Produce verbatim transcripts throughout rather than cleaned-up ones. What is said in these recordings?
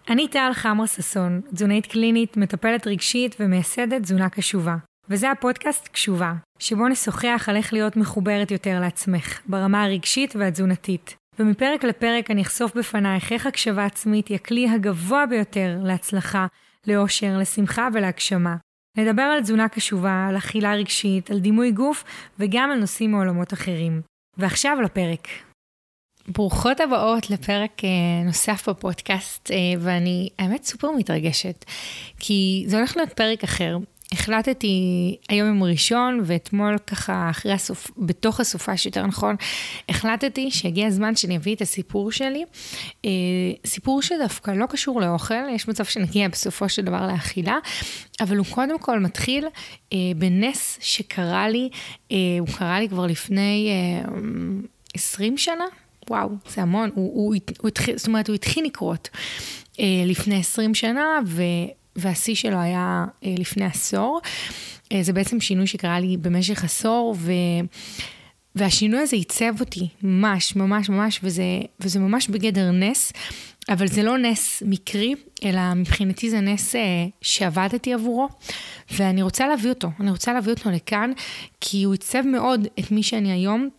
אני טל חמרה ססון, תזונאית קלינית, מטפלת רגשית ומייסדת תזונה קשובה. וזה הפודקאסט קשובה, שבו נשוחח על איך להיות מחוברת יותר לעצמך, ברמה הרגשית והתזונתית. ומפרק לפרק אני אחשוף בפנייך איך הקשבה עצמית היא הכלי הגבוה ביותר להצלחה, לאושר, לשמחה ולהגשמה. נדבר על תזונה קשובה, על אכילה רגשית, על דימוי גוף וגם על נושאים מעולמות אחרים. ועכשיו לפרק. ברוכות הבאות לפרק נוסף בפודקאסט, ואני האמת סופר מתרגשת, כי זה הולך להיות פרק אחר. החלטתי היום יום ראשון, ואתמול ככה אחרי הסוף, בתוך הסופה שיותר נכון, החלטתי שהגיע הזמן שאני אביא את הסיפור שלי, סיפור שדווקא לא קשור לאוכל, יש מצב שנגיע בסופו של דבר לאכילה, אבל הוא קודם כל מתחיל בנס שקרה לי, הוא קרה לי כבר לפני עשרים שנה, וואו, זה המון, הוא, הוא, הוא התחיל, זאת אומרת, הוא התחיל לקרות אה, לפני עשרים שנה, ו, והשיא שלו היה אה, לפני עשור. אה, זה בעצם שינוי שקרה לי במשך עשור, ו, והשינוי הזה ייצב אותי ממש, ממש, ממש, וזה, וזה ממש בגדר נס, אבל זה לא נס מקרי, אלא מבחינתי זה נס אה, שעבדתי עבורו, ואני רוצה להביא אותו, אני רוצה להביא אותו לכאן, כי הוא ייצב מאוד את מי שאני היום,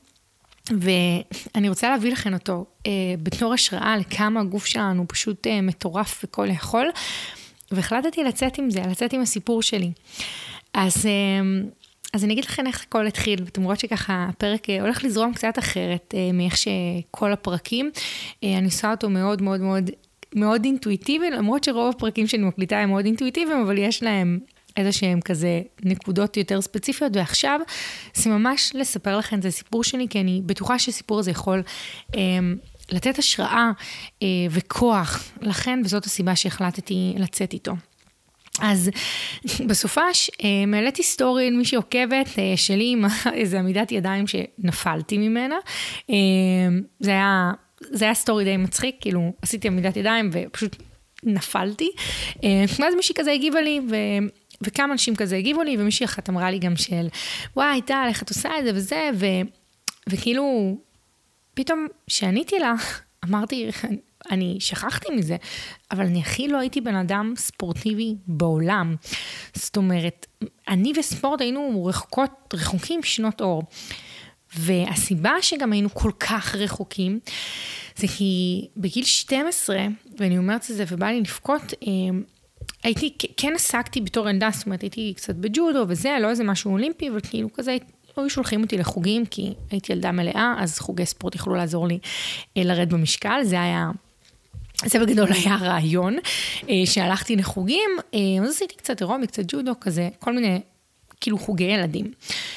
ואני רוצה להביא לכם אותו אה, בתור השראה לכמה הגוף שלנו פשוט אה, מטורף וכל יכול, והחלטתי לצאת עם זה, לצאת עם הסיפור שלי. אז, אה, אז אני אגיד לכם איך הכל התחיל, ואתם רואות שככה הפרק אה, הולך לזרום קצת אחרת אה, מאיך שכל הפרקים, אה, אני עושה אותו מאוד מאוד מאוד מאוד אינטואיטיבי, למרות שרוב הפרקים שאני מקליטה הם מאוד אינטואיטיביים, אבל יש להם איזה שהם כזה נקודות יותר ספציפיות, ועכשיו זה ממש לספר לכם את הסיפור שלי, כי אני בטוחה שהסיפור הזה יכול אה, לתת השראה אה, וכוח לכן, וזאת הסיבה שהחלטתי לצאת איתו. אז בסופש, אה, מעליתי סטורי, מי שעוקבת אה, שלי עם איזו עמידת ידיים שנפלתי ממנה, אה, זה היה, זה היה סטורי די מצחיק, כאילו עשיתי עמידת ידיים ופשוט נפלתי, אה, ואז מישהי כזה הגיבה לי, ו... וכמה אנשים כזה הגיבו לי, ומישהי אחת אמרה לי גם של, וואי, טל, איך את עושה את זה וזה, ו... וכאילו, פתאום שעניתי לה, אמרתי, אני שכחתי מזה, אבל אני הכי לא הייתי בן אדם ספורטיבי בעולם. זאת אומרת, אני וספורט היינו רחוקות, רחוקים שנות אור. והסיבה שגם היינו כל כך רחוקים, זה כי בגיל שתים עשרה, ואני אומרת את זה ובא לי לפקוט, הייתי, כן עסקתי בתור ילדה, זאת אומרת, הייתי קצת בג'ודו וזה, לא איזה משהו אולימפי, אבל כאילו כזה, היו שולחים אותי לחוגים, כי הייתי ילדה מלאה, אז חוגי ספורט יכלו לעזור לי לרד במשקל, זה היה, זה בגדול היה הרעיון, שהלכתי לחוגים, אז עשיתי קצת אירומי, קצת ג'ודו, כזה, כל מיני, כאילו חוגי ילדים.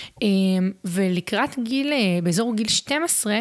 ולקראת גיל, באזור גיל שתים עשרה,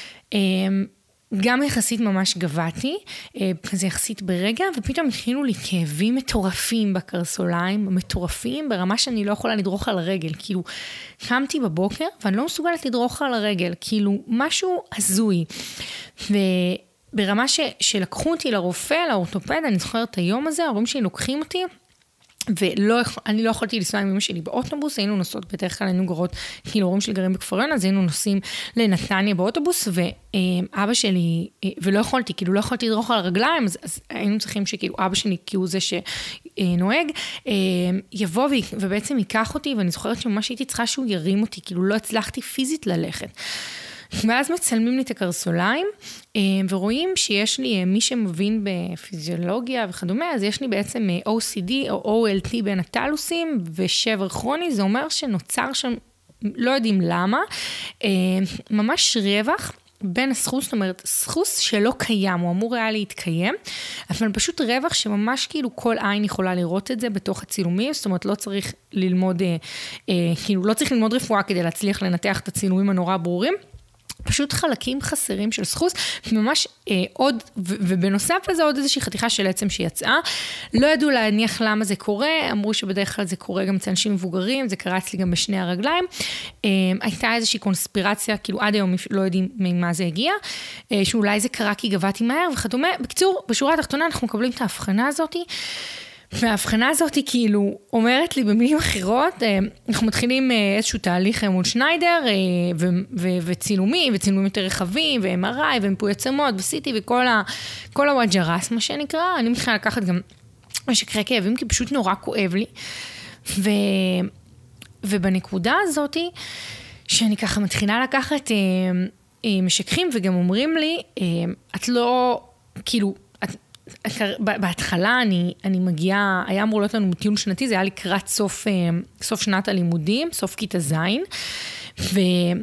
גם יחסית ממש גבעתי, כזה יחסית ברגע, ופתאום התחילו לי כאבים מטורפים בקרסוליים, מטורפים, ברמה שאני לא יכולה לדרוך על הרגל, כאילו, קמתי בבוקר, ואני לא מסוגלת לדרוך על הרגל, כאילו, משהו הזוי, וברמה ש, שלקחו אותי לרופא, לאורתופד, אני זוכרת היום הזה, ההורים שלי לוקחים אותי, ואני לא יכולתי לנסוע עם אמא שלי באוטובוס, היינו נוסעות בדרך כלל, היינו גרות, כאילו הורים שלי גרים בכפריון, אז היינו נוסעים לנתניה באוטובוס, ואבא שלי, ולא יכולתי, כאילו לא יכולתי לדרוך על הרגליים, אז, אז היינו צריכים שכאילו אבא שלי, כי הוא זה שנוהג, יבוא ובעצם ייקח אותי, ואני זוכרת שממש הייתי צריכה שהוא ירים אותי, כאילו לא הצלחתי פיזית ללכת. ואז מצלמים לי את הקרסוליים, ורואים שיש לי, מי שמבין בפיזיולוגיה וכדומה, אז יש לי בעצם או סי די או או אל טי בין הטלוסים, ושבר כרוני, זה אומר שנוצר שם, לא יודעים למה, ממש רווח בין הסחוס, זאת אומרת, סחוס שלא קיים, הוא אמור היה להתקיים, אבל פשוט רווח שממש כאילו כל עין יכולה לראות את זה בתוך הצילומים, זאת אומרת, לא צריך ללמוד, כאילו לא צריך ללמוד רפואה כדי להצליח לנתח את הצילומים הנורא ברורים, פשוט חלקים חסרים של סחוס, ממש אה, עוד, ו- ובנוסף לזה עוד איזושהי חתיכה של עצם שיצאה, לא ידעו להניח למה זה קורה, אמרו שבדרך כלל זה קורה גם אצל אנשים מבוגרים, זה קרה אצלי גם בשני הרגליים, אה, הייתה איזושהי קונספירציה, כאילו עד היום לא יודעים ממה זה הגיע, אה, שאולי זה קרה כי גבעתי מהר וכדומה, בקיצור, בשורה התחתונה אנחנו מקבלים את ההבחנה הזאת, וההבחנה הזאת היא כאילו אומרת לי במילים אחרות, אנחנו מתחילים איזשהו תהליך מול שניידר, ו- ו- וצילומים, וצילומים יותר רחבים, ו-אם אר איי, ומיפוי עצמות, ו-סי טי, וכל ה- כל הוואג'רס, מה שנקרא. אני מתחילה לקחת גם משככי כאבים, כי פשוט נורא כואב לי. ו- ובנקודה הזאת, שאני ככה מתחילה לקחת משככים, וגם אומרים לי, את לא, כאילו, בהתחלה אני, אני מגיעה, היה אמור להיות לנו טיול שנתי, זה היה לקראת סוף, סוף שנת הלימודים, סוף כיתה זין, ו,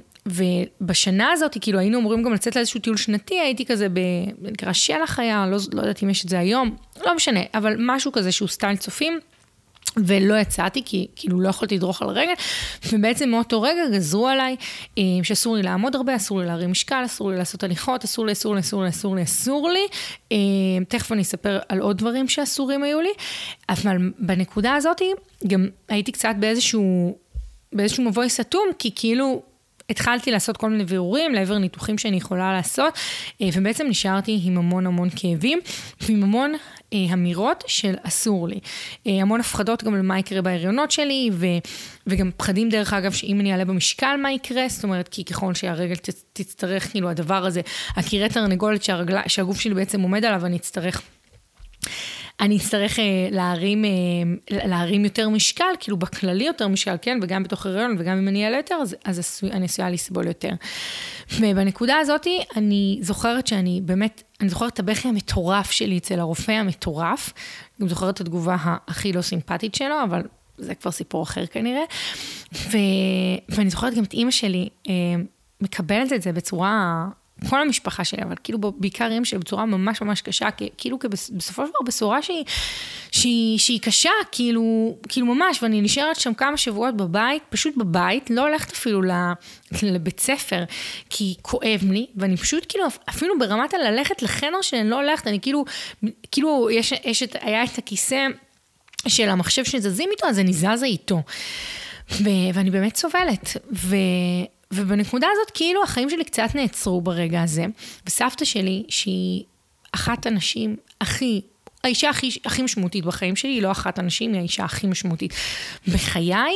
ובשנה הזאת, כאילו היינו אמורים גם לצאת לאיזשהו טיול שנתי, הייתי כזה בנקרא שלח היה, לא, לא יודעת אם יש את זה היום, לא משנה, אבל משהו כזה שהוא סטייל צופים, ולא יצאתי, כי כאילו לא יכולתי לדרוך על רגל, ובעצם מאותו רגע גזרו עליי, שאסור לי לעמוד הרבה, אסור לי להרים משקל, אסור לי לעשות הליכות, אסור לי, אסור לי, אסור לי, אסור לי, אסור לי, תכף אני אספר על עוד דברים שאסורים היו לי, אבל בנקודה הזאת, גם הייתי קצת באיזשהו, באיזשהו מבוי סתום, כי כאילו, התחלתי לעשות כל מיני בירורים, לעבר ניתוחים שאני יכולה לעשות, ובעצם נשארתי עם המון המון כאבים, ועם המון אמירות של אסור לי. המון הפחדות גם למה יקרה בהריונות שלי, ו, וגם פחדים דרך אגב, שאם אני אעלה במשקל מה יקרה, זאת אומרת, כי ככל שהרגל תצטרך, כאילו הדבר הזה, הקירי תרנגולת שהרגל, שהגוף שלי בעצם עומד עליו, אני אצטרך... אני אצטרך להרים, להרים יותר משקל, כאילו בכללי יותר משקל, כן, וגם בתוך הריון, וגם אם אני אעלה יותר, אז, אז אני עשויה לסבול יותר. ובנקודה הזאת, אני זוכרת שאני באמת, אני זוכרת את הבכי המטורף שלי אצל הרופא המטורף, אני זוכרת את התגובה הכי לא סימפטית שלו, אבל זה כבר סיפור אחר כנראה, ו, ואני זוכרת גם את אמא שלי, מקבלת את זה בצורה... כל המשפחה שלי, אבל כאילו בעיקר אמא שלי בצורה ממש ממש קשה, כאילו בסופו של דבר בשורה שהיא, שהיא, שהיא קשה, כאילו, כאילו ממש, ואני נשארת שם כמה שבועות בבית, פשוט בבית, לא הולכת אפילו לבית ספר, כי כואב לי, ואני פשוט כאילו, אפילו ברמת הללכת לחדר שאני לא הולכת, אני כאילו, כאילו יש, יש את, היה את הכיסא של המחשב שזזים איתו, אז אני זזה איתו. ו, ואני באמת סובלת, ו... ובנקודה הזאת, כאילו, החיים שלי קצת נעצרו ברגע הזה, וסבתא שלי, שהיא אחת הנשים הכי, האישה הכי, הכי משמעותית בחיים שלי, היא לא אחת הנשים, היא האישה הכי משמעותית בחיי,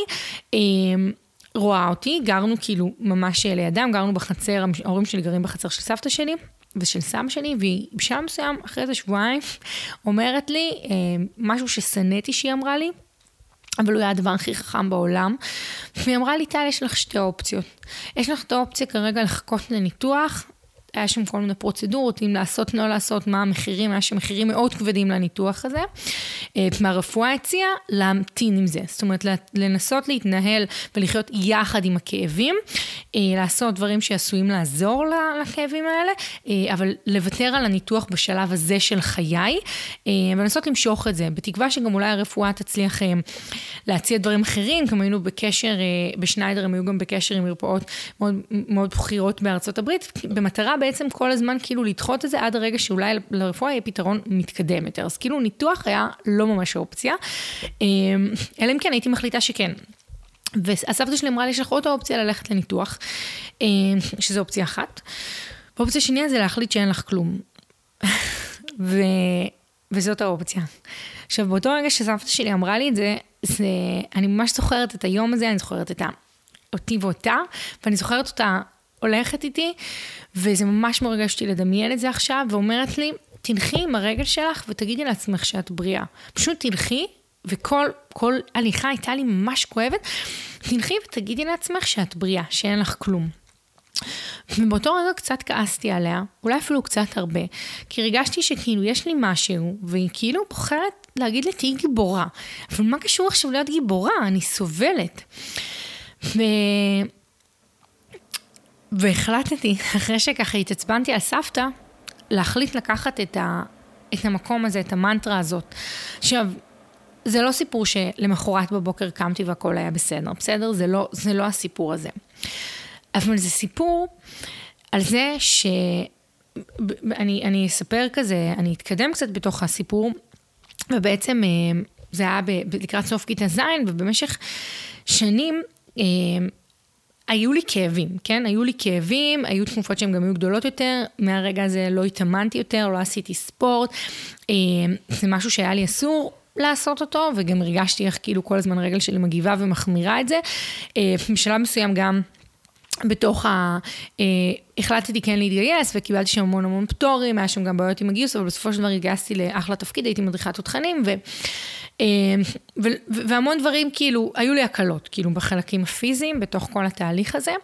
רואה אותי, גרנו כאילו ממש לידם, גרנו בחצר, ההורים שלי גרים בחצר של סבתא שלי, ושל סבא שלי, והיא בשלב מסוים, אחרי איזה שבועיים, אומרת לי, משהו ששנאתי שהיא אמרה לי, אבל הוא היה הדבר הכי חכם בעולם, והיא אמרה לי, טל, יש לך שתי אופציות. יש לך את האופציה כרגע לחכות לניתוח, היה שם כל מיני פרוצדורות, אם לעשות, לא לעשות, מה המחירים, היה שם מחירים מאוד כבדים לניתוח הזה, מהרפואה הציעה להמתין עם זה, זאת אומרת, לנסות להתנהל ולחיות יחד עם הכאבים, לעשות דברים שעשויים לעזור לכאבים האלה, אבל לוותר על הניתוח בשלב הזה של חיי, ולנסות למשוך את זה, בתקווה שגם אולי הרפואה תצליח להציע דברים אחרים, כמו היינו בקשר, בשניידר הם היו גם בקשר עם מרפאות מאוד, מאוד בחירות בארצות הברית, במטרה בעצם כל הזמן כאילו לדחות את זה עד הרגע שאולי לרפואה יהיה פתרון מתקדם יותר. אז כאילו ניתוח היה לא ממש אופציה, אלא אם כן הייתי מחליטה שכן. והסבתא שלי אמרה לי, יש לך עוד האופציה ללכת לניתוח, שזו אופציה אחת. ואופציה שנייה זה להחליט שאין לך כלום. ו... וזאת האופציה. עכשיו, באותו רגע שסבתא שלי אמרה לי את זה, זה... אני ממש זוכרת את היום הזה, אני זוכרת את אותי ואותה, ואני זוכרת אותה הולכת איתי, וזה ממש מרגש אותי לדמיין את זה עכשיו, ואומרת לי, תלכי עם הרגל שלך ותגידי לעצמך שאת בריאה. פשוט תלכי, וכל כל הליכה הייתה לי ממש כואבת, תלכי ותגידי לעצמך שאת בריאה, שאין לך כלום. ובאותו רגע קצת כעסתי עליה, אולי אפילו קצת הרבה, כי הרגשתי שכאילו יש לי משהו, והיא כאילו בוחרת להגיד לי, תהי גיבורה. אבל מה קשור עכשיו להיות גיבורה? אני סובלת. ו... והחלטתי, אחרי שככה התעצבנתי על סבתא, להחליט לקחת את, ה, את המקום הזה, את המנטרה הזאת. עכשיו, זה לא סיפור שלמחרת בבוקר קמתי והכל היה בסדר, בסדר? זה לא, זה לא הסיפור הזה. אבל זה סיפור על זה שאני אני אספר כזה, אני אתקדם קצת בתוך הסיפור, ובעצם זה היה לקראת סוף כיתה זין, ובמשך שנים, היו לי כאבים, כן? היו לי כאבים, היו תקופות שהן גם היו גדולות יותר, מהרגע הזה לא התאמנתי יותר, לא עשיתי ספורט, זה משהו שהיה לי אסור, לעשות אותו, וגם הרגשתי איך כאילו כל הזמן הרגל שלי מגיבה ומחמירה את זה. בשלב מסוים גם בתוך ה... החלטתי כן להתגייס, וקיבלתי שם המון המון פטורים, היה שם גם בעיות עם הגיוס, אבל בסופו של דבר הגייסתי לאחלה תפקיד, הייתי מדריכת תותחנים, ו... ו... והמון דברים כאילו, היו לי הקלות, כאילו בחלקים הפיזיים, בתוך כל התהליך הזה,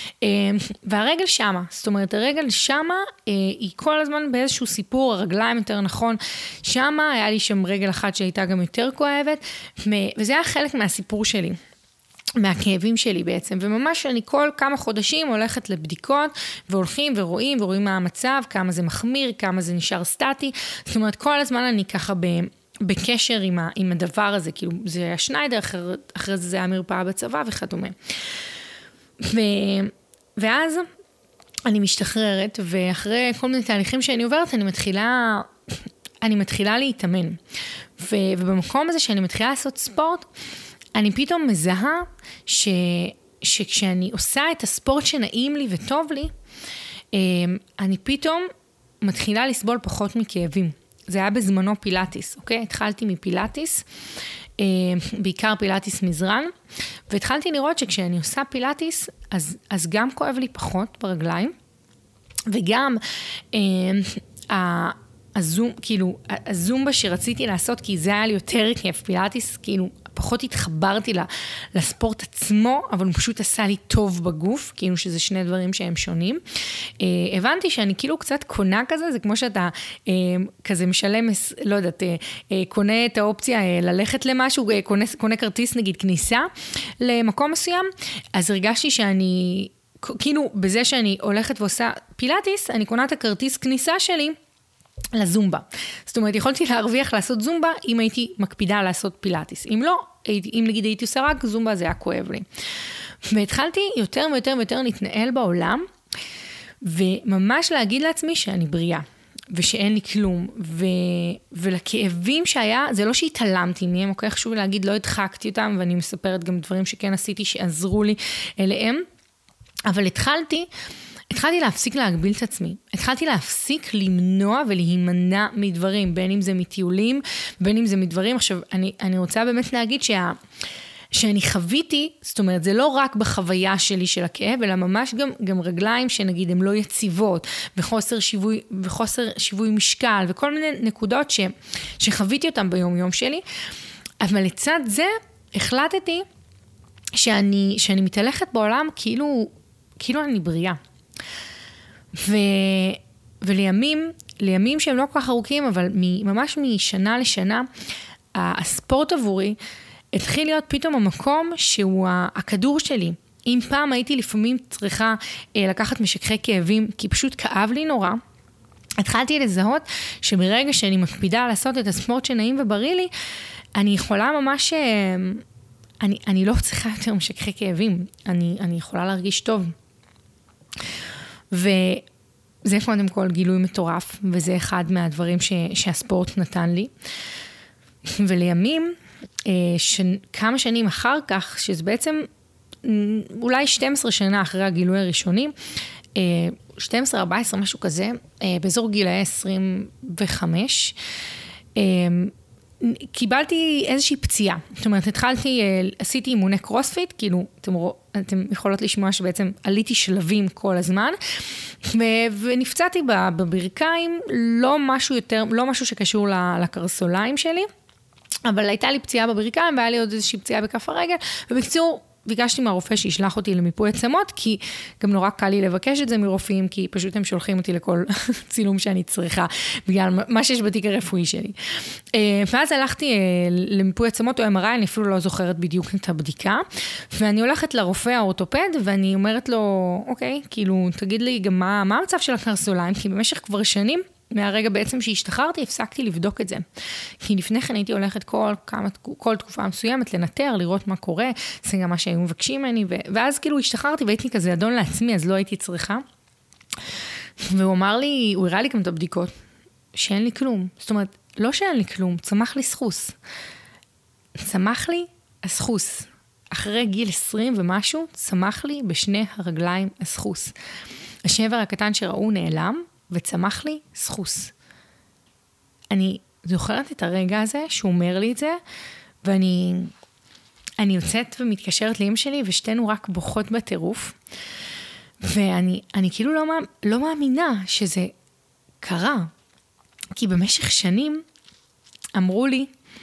והרגל שמה, זאת אומרת, הרגל שמה, היא כל הזמן באיזשהו סיפור, הרגליים יותר נכון, שמה, היה לי שם רגל אחת שהייתה גם יותר כואבת, וזה היה חלק מהסיפור שלי. מהכאבים שלי בעצם, וממש אני כל כמה חודשים הולכת לבדיקות, והולכים ורואים, ורואים מה המצב, כמה זה מחמיר, כמה זה נשאר סטטי, זאת אומרת, כל הזמן אני ככה ב, בקשר עם, ה, עם הדבר הזה, כאילו, זה היה שניידר, אחר, אחרי זה זה היה מרפאה בצבא וכדומה. ו, ואז אני משתחררת, ואחרי כל מיני תהליכים שאני עוברת, אני מתחילה, אני מתחילה להתאמן. ו, ובמקום הזה שאני מתחילה לעשות ספורט, אני פתאום מזהה ש, שכשאני עושה את הספורט שנעים לי וטוב לי, אני פתאום מתחילה לסבול פחות מכאבים. זה היה בזמנו פילאטיס, אוקיי? התחלתי מפילאטיס, בעיקר פילאטיס מזרן, והתחלתי לראות שכשאני עושה פילאטיס, אז, אז גם כואב לי פחות ברגליים, וגם ה... הזום, כאילו, הזומבה שרציתי לעשות, כי זה היה לי יותר כיף, פילאטיס, כאילו, פחות התחברתי לספורט עצמו, אבל הוא פשוט עשה לי טוב בגוף, כאילו שזה שני דברים שהם שונים. הבנתי שאני כאילו קצת קונה כזה, זה כמו שאתה כזה משלם, לא יודעת, קונה את האופציה ללכת למשהו, קונה, קונה כרטיס נגיד כניסה למקום מסוים, אז הרגשתי שאני, כאילו, בזה שאני הולכת ועושה פילאטיס, אני קונה את הכרטיס כניסה שלי, לזומבה. זאת אומרת, יכולתי להרוויח לעשות זומבה, אם הייתי מקפידה לעשות פילאטיס. אם לא, אם נגיד הייתי עושה רק זומבה, זה היה כואב לי. והתחלתי יותר ויותר ויותר להתנהל בעולם, וממש להגיד לעצמי שאני בריאה, ושאין לי כלום, ו... ולכאבים שהיה, זה לא שהתעלמתי מהם, אוקיי, חשוב להגיד, לא הדחקתי אותם, ואני מספרת גם דברים שכן עשיתי, שעזרו לי אליהם, אבל התחלתי, התחלתי להפסיק להגביל את עצמי, התחלתי להפסיק למנוע ולהימנע מדברים, בין אם זה מטיולים, בין אם זה מדברים. עכשיו, אני, אני רוצה באמת להגיד שה, שאני חוויתי, זאת אומרת, זה לא רק בחוויה שלי של הכאב, אלא ממש גם, גם רגליים שנגיד הן לא יציבות, וחוסר שיווי, וחוסר שיווי משקל, וכל מיני נקודות ש, שחוויתי אותן ביום יום שלי. אבל לצד זה, החלטתי שאני, שאני מתהלכת בעולם כאילו, כאילו אני בריאה. ו... ולימים, לימים שהם לא כל כך ארוכים, אבל ממש משנה לשנה, הספורט עבורי התחיל להיות פתאום המקום שהוא הכדור שלי. אם פעם הייתי לפעמים צריכה לקחת משככי כאבים, כי פשוט כאב לי נורא, התחלתי לזהות שברגע שאני מקפידה לעשות את הספורט שנעים ובריא לי, אני יכולה ממש, אני, אני לא צריכה יותר משככי כאבים, אני, אני יכולה להרגיש טוב. וזה קודם כל גילוי מטורף, וזה אחד מהדברים ש, שהספורט נתן לי. ולימים, ש, כמה שנים אחר כך, שזה בעצם אולי שתים עשרה שנה אחרי הגילוי הראשוני, שתים עשרה ארבע עשרה משהו כזה, באזור גילאי עשרים וחמש, קיבלתי איזושהי פציעה. זאת אומרת, התחלתי, עשיתי אימוני קרוספיט, כאילו, אתם, אתם יכולות לשמוע שבעצם עליתי שלבים כל הזמן, ונפצעתי בברכיים, לא משהו יותר, לא משהו שקשור לקרסוליים שלי, אבל הייתה לי פציעה בברכיים, והיה לי עוד איזושהי פציעה בכף הרגל, ובקצור, ביקשתי מהרופא שישלח אותי למיפוי עצמות, כי גם נורא קל לי לבקש את זה מרופאים, כי פשוט הם שולחים אותי לכל צילום שאני צריכה, בגלל מה שיש בתיק הרפואי שלי. ואז הלכתי למיפוי עצמות או אם אר איי, אני אפילו לא זוכרת בדיוק את הבדיקה, ואני הולכת לרופא האורתופד, ואני אומרת לו, אוקיי, כאילו, תגיד לי גם מה, מה המצב של הקרסוליים, כי במשך כבר שנים, מהרגע בעצם שהשתחררתי, הפסקתי לבדוק את זה. כי לפני כן הייתי הולכת כל, כמה, כל תקופה מסוימת לנטר, לראות מה קורה, זה גם מה שהיו מבקשים ממני, ואז כאילו השתחררתי והייתי כזה אדון לעצמי, אז לא הייתי צריכה. והוא אמר לי, הוא הראה לי גם את הבדיקות, שאין לי כלום. זאת אומרת, לא שאין לי כלום, צמח לי סחוס. צמח לי הסחוס. אחרי גיל עשרים ומשהו, צמח לי בשני הרגליים הסחוס. השבר הקטן שראו נעלם, וצמח לי סחוס. אני, זוכרת את הרגע הזה שהוא אומר לי את זה, ואני אני יוצאת ומתקשרת לאמא שלי, ושתינו רק בוכות בטירוף, ואני אני כאילו לא, לא מאמינה שזה קרה, כי במשך שנים אמרו לי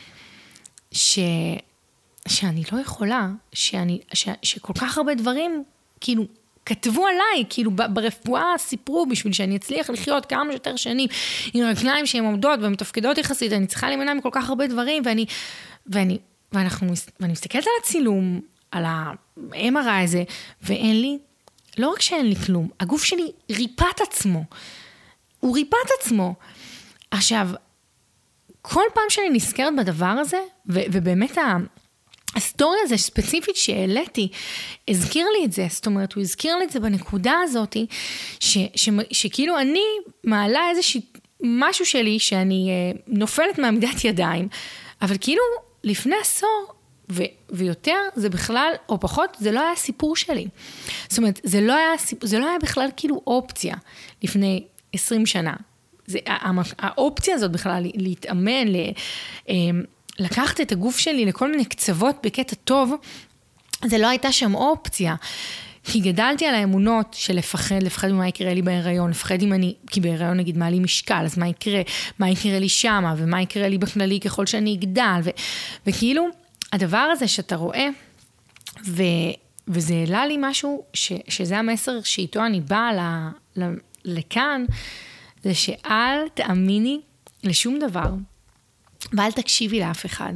ש, שאני לא יכולה, שאני, ש, שכל כך הרבה דברים, כאילו, כתבו עליי, כאילו ברפואה סיפרו בשביל שאני אצליח לחיות כמה שיותר שנים, עם רגליים שהן עומדות ומתפקדות יחסית, אני צריכה להימנע מכל כך הרבה דברים, ואני, ואני, ואנחנו, ואני מסתכלת על הצילום, על ה-אם אר איי הזה, ואין לי, לא רק שאין לי כלום, הגוף שלי ריפא את עצמו, הוא ריפא את עצמו. עכשיו, כל פעם שאני נזכרת בדבר הזה, ו- ובאמת ה... הסטוריה הזו ספציפית שהעליתי, הזכיר לי את זה, זאת אומרת, הוא הזכיר לי את זה בנקודה הזאת, ש, ש, שכאילו אני מעלה איזושהי משהו שלי, שאני uh, נופלת מעמידת ידיים, אבל כאילו לפני עשור, ו, ויותר, זה בכלל, או פחות, זה לא היה סיפור שלי. זאת אומרת, זה לא היה, זה לא היה בכלל כאילו אופציה, לפני עשרים שנה. זה, האופציה הזאת בכלל, להתאמן, ל... לקחת את הגוף שלי לכל מיני קצוות בקטע טוב, זה לא הייתה שם אופציה. כי גדלתי על האמונות של לפחד, לפחד ממה יקרה לי בהיריון, לפחד אם אני, כי בהיריון נגיד מה לי משקל, אז מה יקרה, מה יקרה לי שמה, ומה יקרה לי בכללי ככל שאני אגדל, ו, וכאילו, הדבר הזה שאתה רואה, ו, וזה העלה לי משהו, ש, שזה המסר שאיתו אני באה ל, ל, לכאן, זה שאל תאמיני לשום דבר, ואל תקשיבי לאף אחד.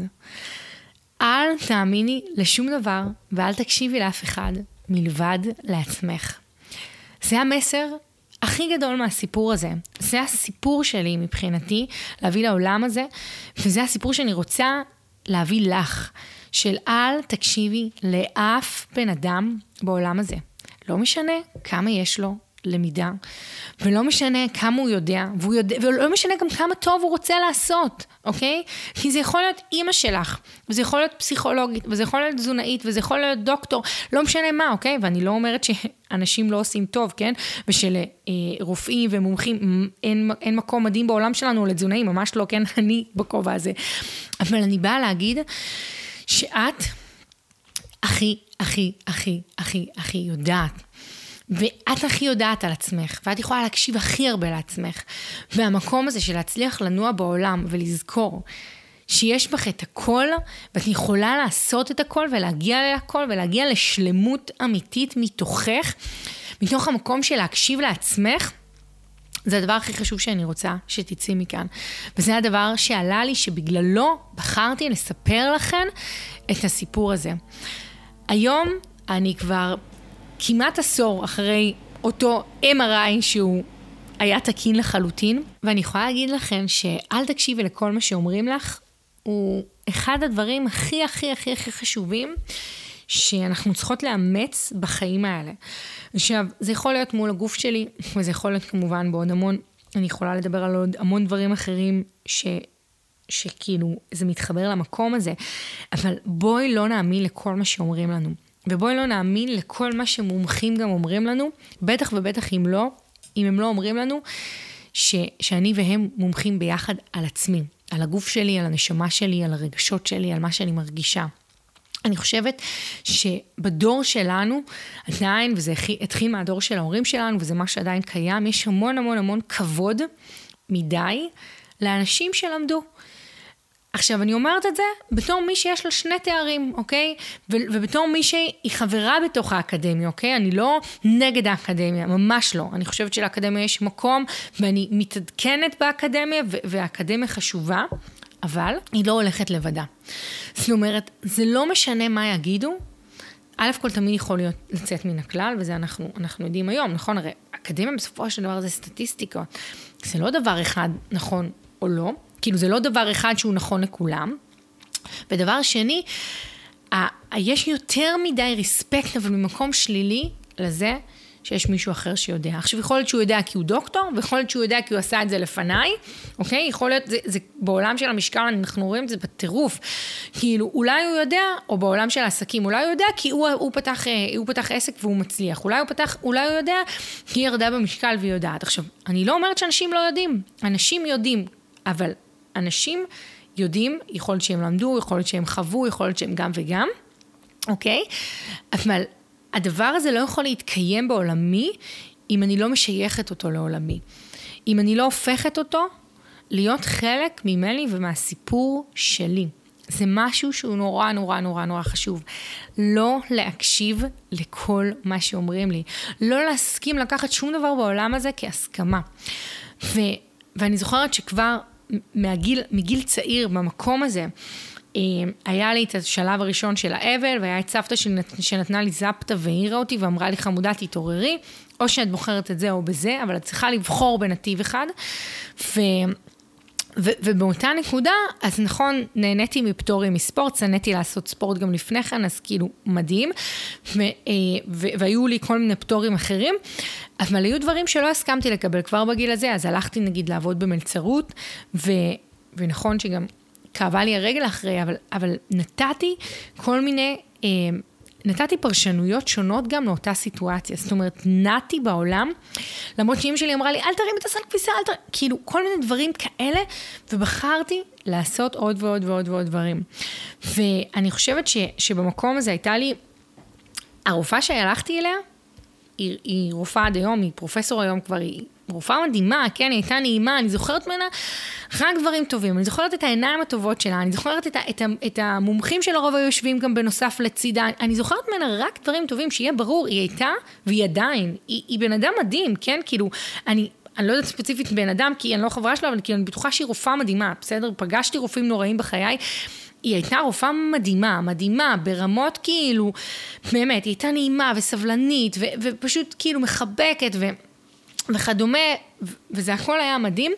אל תאמיני לשום דבר, ואל תקשיבי לאף אחד, מלבד לעצמך. זה המסר הכי גדול מהסיפור הזה. זה הסיפור שלי מבחינתי, להביא לעולם הזה, וזה הסיפור שאני רוצה להביא לך, של אל תקשיבי לאף בן אדם בעולם הזה. לא משנה כמה יש לו למידה, ולא משנה כמה הוא יודע, והוא יודע, ולא משנה גם כמה טוב הוא רוצה לעשות, אוקיי? כי זה יכול להיות אמא שלך, וזה יכול להיות פסיכולוגית, וזה יכול להיות תזונאית, וזה יכול להיות דוקטור, לא משנה מה, אוקיי? ואני לא אומרת שאנשים לא עושים טוב, כן? ושלרופאים ומומחים אין, אין מקום מדהים בעולם שלנו לתזונאים, ממש לא, כן? אני בכובע הזה. אבל אני באה להגיד שאת הכי, הכי, הכי, הכי, הכי יודעת, ואת הכי יודעת על עצמך, ואת יכולה להקשיב הכי הרבה לעצמך, והמקום הזה של להצליח לנוע בעולם ולזכור שיש בך את הכל, ואת יכולה לעשות את הכל ולהגיע להכל, ולהגיע לשלמות אמיתית מתוכך, מתוך המקום של להקשיב לעצמך, זה הדבר הכי חשוב שאני רוצה שתצאי מכאן. וזה הדבר שעלה לי שבגללו בחרתי לספר לכם את הסיפור הזה. היום אני כבר כמעט עשור אחרי אותו אם אר איי שהוא היה תקין לחלוטין, ואני יכולה להגיד לכם שאל תקשיבי לכל מה שאומרים לך, הוא אחד הדברים הכי הכי הכי הכי חשובים שאנחנו צריכות לאמץ בחיים האלה. עכשיו, זה יכול להיות מול הגוף שלי, וזה יכול להיות כמובן בעוד המון, אני יכולה לדבר על עוד המון דברים אחרים ש... שכאילו זה מתחבר למקום הזה, אבל בואי לא נאמין לכל מה שאומרים לנו. ובואי לא נאמין לכל מה שמומחים גם אומרים לנו, בטח ובטח אם לא, אם הם לא אומרים לנו, ש, שאני והם מומחים ביחד על עצמי, על הגוף שלי, על הנשמה שלי, על הרגשות שלי, על מה שאני מרגישה. אני חושבת שבדור שלנו, עדיין, וזה התחיל מהדור של ההורים שלנו, וזה מה שעדיין קיים, יש המון המון המון כבוד מדי לאנשים שלמדו. עכשיו, אני אומרת את זה בתור מי שיש לו שני תארים, אוקיי? ו- ובתור מי שהיא חברה בתוך האקדמיה, אוקיי? אני לא נגד האקדמיה, ממש לא. אני חושבת שלאקדמיה יש מקום, ואני מתעדכנת באקדמיה, ו- והאקדמיה חשובה, אבל היא לא הולכת לבדה. זאת אומרת, זה לא משנה מה יגידו, א' כל תמיד יכול להיות לצאת מן הכלל, וזה אנחנו, אנחנו יודעים היום, נכון? הרי אקדמיה בסופו של דבר זה סטטיסטיקה. זה לא דבר אחד נכון או לא, כאילו זה לא דבר אחד שהוא נכון לכולם. ודבר שני, יש יותר מדי ריספקט, אבל ממקום שלילי לזה, שיש מישהו אחר שיודע. עכשיו יכול להיות שהוא יודע כי הוא דוקטור, ויכול להיות שהוא יודע כי הוא עשה את זה לפניי, אוקיי? יכול להיות, זה, זה בעולם של המשקל, אנחנו רואים את זה בטירוף. כאילו, אולי הוא יודע, או בעולם של העסקים, אולי הוא יודע כי הוא, הוא, פתח, הוא פתח עסק והוא מצליח. אולי הוא פתח, אולי הוא יודע כי היא ירדה במשקל והיא יודעת. עכשיו, אני לא אומרת שאנשים לא יודעים, אנשים יודעים, אבל אנשים יודעים, יכול להיות שהם למדו, יכול להיות שהם חוו, יכול להיות שהם גם וגם, אוקיי? אבל הדבר הזה לא יכול להתקיים בעולמי, אם אני לא משייכת אותו לעולמי. אם אני לא הופכת אותו להיות חלק ממני ומהסיפור שלי. זה משהו שהוא נורא נורא נורא נורא חשוב. לא להקשיב לכל מה שאומרים לי. לא להסכים לקחת שום דבר בעולם הזה כהסכמה. ו, ואני זוכרת שכבר מהגיל, מגיל צעיר במקום הזה, היה לי את השלב הראשון של האבל, והיה את סבתא שנתנה לי זפטה והעירה אותי, ואמרה לי חמודה תתעוררי, או שאת בוחרת את זה או בזה, אבל את צריכה לבחור בנתיב אחד, ו... ו- ובאותה נקודה, אז נכון, נהניתי מפטורים מספורט, צניתי לעשות ספורט גם לפני כן, אז כאילו מדהים, ו- ו- והיו לי כל מיני פטורים אחרים, אבל היו דברים שלא הסכמתי לקבל כבר בגיל הזה, אז הלכתי נגיד לעבוד במלצרות, ו- ונכון שגם כאבה לי הרגל אחרי, אבל, אבל נתתי כל מיני, אה, נתתי פרשנויות שונות גם לאותה סיטואציה, זאת אומרת, נעתי בעולם, למרות שאמא שלי אמרה לי, אל תרים את הסל כביסה, אל תרים, כאילו, כל מיני דברים כאלה, ובחרתי לעשות עוד ועוד ועוד ועוד דברים. ואני חושבת ש, שבמקום הזה הייתה לי, הרופאה שהלכתי אליה, היא, היא רופאה עד היום, היא פרופסור היום כבר, היא רופאה מדהימה, כן, היא הייתה נעימה, אני זוכרת ממנה רק דברים טובים, אני זוכרת את העיניים הטובות שלה, אני זוכרת את, ה, את, ה, את המומחים של הרוב היו יושבים גם בנוסף לצידה, אני זוכרת ממנה רק דברים טובים, שיהיה ברור, היא הייתה והיא עדיין, היא, היא בן אדם מדהים, כן, כאילו, אני, אני לא יודעת ספציפית בן אדם, כי אני לא חברה שלה, אבל כאילו, אני בטוחה שהיא רופאה מדהימה, בסדר, פגשתי רופאים נוראים בחיי, היא הייתה רופאה מדהימה, מדהימה, ברמות כאילו, באמת, היא הייתה נעימה וסבלנית, ו, ופשוט כאילו מחבקת ו, וכדומה, וזה הכל היה מדהים,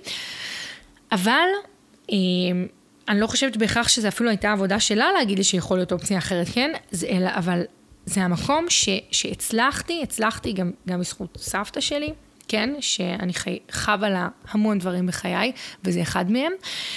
אבל אה, אני לא חושבת בהכרח שזה אפילו הייתה עבודה שלה להגיד לי שיכול להיות אופציה אחרת, כן? זה, אלא, אבל זה המקום ש, שהצלחתי, הצלחתי גם, גם בזכות סבתא שלי, כן? שאני חי, חווה לה המון דברים בחיי, וזה אחד מהם.